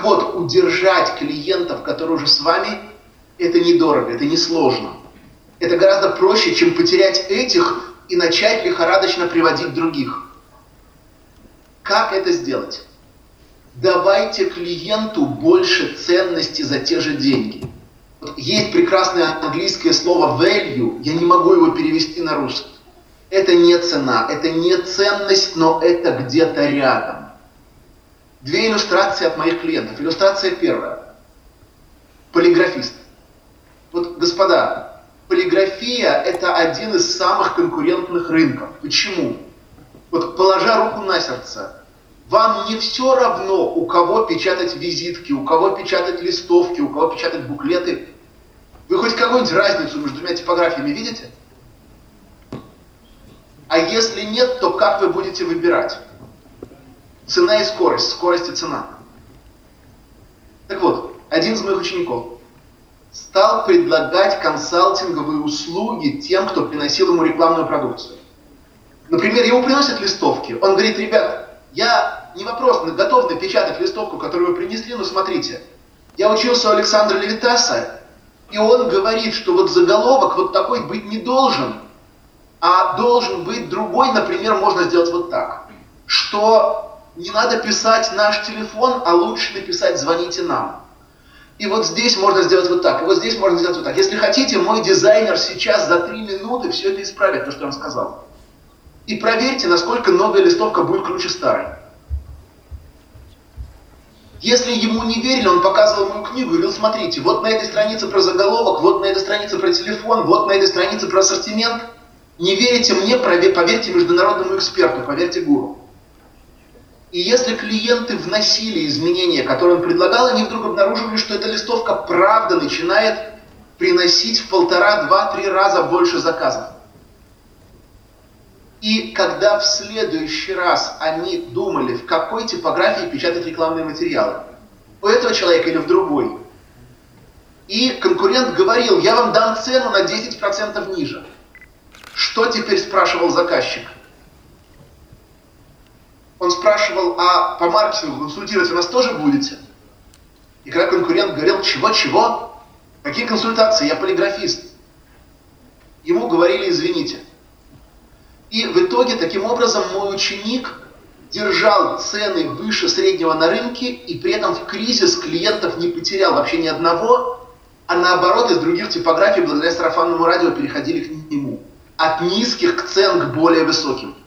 вот, удержать клиентов, которые уже с вами, это недорого, это несложно. Это гораздо проще, чем потерять этих и начать лихорадочно приводить других. Как это сделать? Давайте клиенту больше ценности за те же деньги. Вот есть прекрасное английское слово value, я не могу его перевести на русский. Это не цена, это не ценность, но это где-то рядом. Две иллюстрации от моих клиентов. Иллюстрация первая. Полиграфист. Вот, господа, полиграфия – это один из самых конкурентных рынков. Почему? Вот, положа руку на сердце, вам не все равно, у кого печатать визитки, у кого печатать листовки, у кого печатать буклеты. Вы хоть какую-нибудь разницу между двумя типографиями видите? А если нет, то как вы будете выбирать? Цена и скорость, скорость и цена. Так вот, один из моих учеников стал предлагать консалтинговые услуги тем, кто приносил ему рекламную продукцию. Например, ему приносят листовки. Он говорит: ребят, я не вопрос, готов напечатать листовку, которую вы принесли, но смотрите, я учился у Александра Левитаса, и он говорит, что вот заголовок вот такой быть не должен, а должен быть другой, например, можно сделать вот так, что не надо писать наш телефон, а лучше написать «звоните нам». И вот здесь можно сделать вот так, и вот здесь можно сделать вот так. Если хотите, мой дизайнер сейчас за 3 минуты все это исправит, то, что я вам сказал. И проверьте, насколько новая листовка будет круче старой. Если ему не верили, он показывал мою книгу и говорил: смотрите, вот на этой странице про заголовок, вот на этой странице про телефон, вот на этой странице про ассортимент. Не верите мне, поверьте международному эксперту, поверьте гуру. И если клиенты вносили изменения, которые он предлагал, они вдруг обнаруживали, что эта листовка правда начинает приносить в 1,5, 2, 3 раза больше заказов. И когда в следующий раз они думали, в какой типографии печатать рекламные материалы, у этого человека или в другой, и конкурент говорил: я вам дам цену на 10% ниже. Что теперь спрашивал заказчик? Он спрашивал: а по маркетингу консультировать вы нас тоже будете? И когда конкурент говорил: чего? Какие консультации? Я полиграфист. Ему говорили: извините. И в итоге, таким образом, мой ученик держал цены выше среднего на рынке и при этом в кризис клиентов не потерял вообще ни одного, а наоборот из других типографий благодаря сарафанному радио переходили к нему. От низких цен к более высоким.